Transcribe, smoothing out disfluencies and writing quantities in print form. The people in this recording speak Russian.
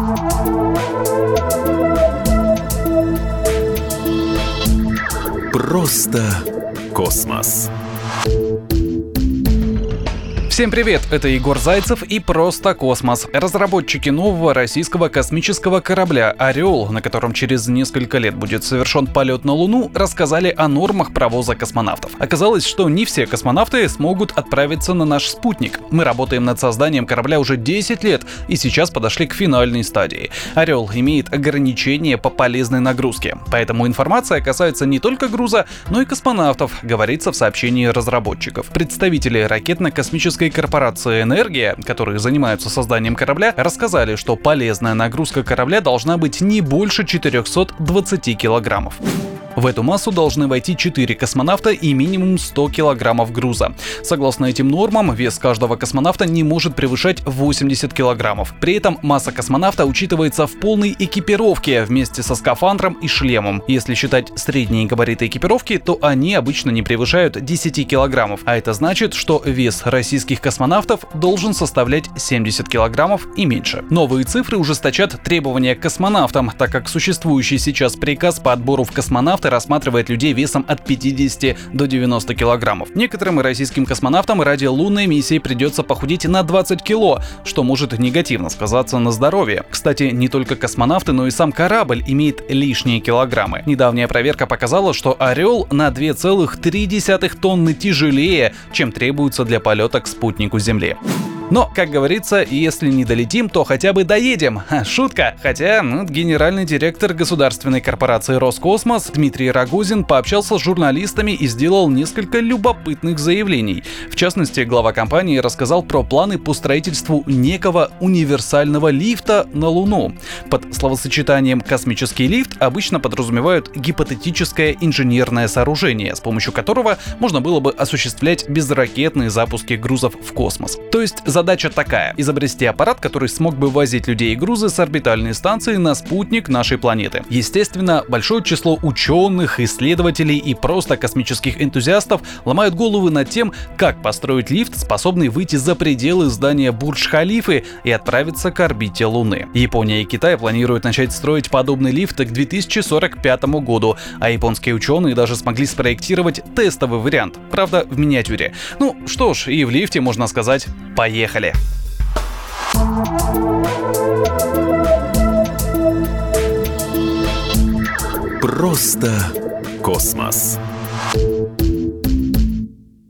Просто космос. Всем привет, это Егор Зайцев и «Просто космос». Разработчики нового российского космического корабля «Орел», на котором через несколько лет будет совершен полет на Луну, рассказали о нормах провоза космонавтов. Оказалось, что не все космонавты смогут отправиться на наш спутник. Мы работаем над созданием корабля уже 10 лет и сейчас подошли к финальной стадии. «Орел» имеет ограничения по полезной нагрузке, поэтому информация касается не только груза, но и космонавтов, говорится в сообщении разработчиков. Представители ракетно-космической корпорации «Энергия», которые занимаются созданием корабля, рассказали, что полезная нагрузка корабля должна быть не больше 420 килограммов. В эту массу должны войти 4 космонавта и минимум 100 килограммов груза. Согласно этим нормам, вес каждого космонавта не может превышать 80 килограммов. При этом масса космонавта учитывается в полной экипировке вместе со скафандром и шлемом. Если считать средние габариты экипировки, то они обычно не превышают 10 килограммов. А это значит, что вес российских космонавтов должен составлять 70 килограммов и меньше. Новые цифры ужесточат требования к космонавтам, так как существующий сейчас приказ по отбору в космонавты рассматривает людей весом от 50 до 90 килограммов. Некоторым российским космонавтам ради лунной миссии придется похудеть на 20 кило, что может негативно сказаться на здоровье. Кстати, не только космонавты, но и сам корабль имеет лишние килограммы. Недавняя проверка показала, что «Орел» на 2,3 тонны тяжелее, чем требуется для полета к спутнику Земли. Но, как говорится, если не долетим, то хотя бы доедем. Шутка. Хотя генеральный директор государственной корпорации «Роскосмос» Дмитрий Рогозин пообщался с журналистами и сделал несколько любопытных заявлений. В частности, глава компании рассказал про планы по строительству некого универсального лифта на Луну. Под словосочетанием «космический лифт» обычно подразумевают гипотетическое инженерное сооружение, с помощью которого можно было бы осуществлять безракетные запуски грузов в космос. То есть задача такая: изобрести аппарат, который смог бы возить людей и грузы с орбитальной станции на спутник нашей планеты. Естественно, большое число ученых, исследователей и просто космических энтузиастов ломают головы над тем, как построить лифт, способный выйти за пределы здания Бурдж-Халифы и отправиться к орбите Луны. Япония и Китай планируют начать строить подобный лифт к 2045 году, а японские ученые даже смогли спроектировать тестовый вариант, правда в миниатюре. Ну что ж, и в лифте, можно сказать, поехали. Просто космос.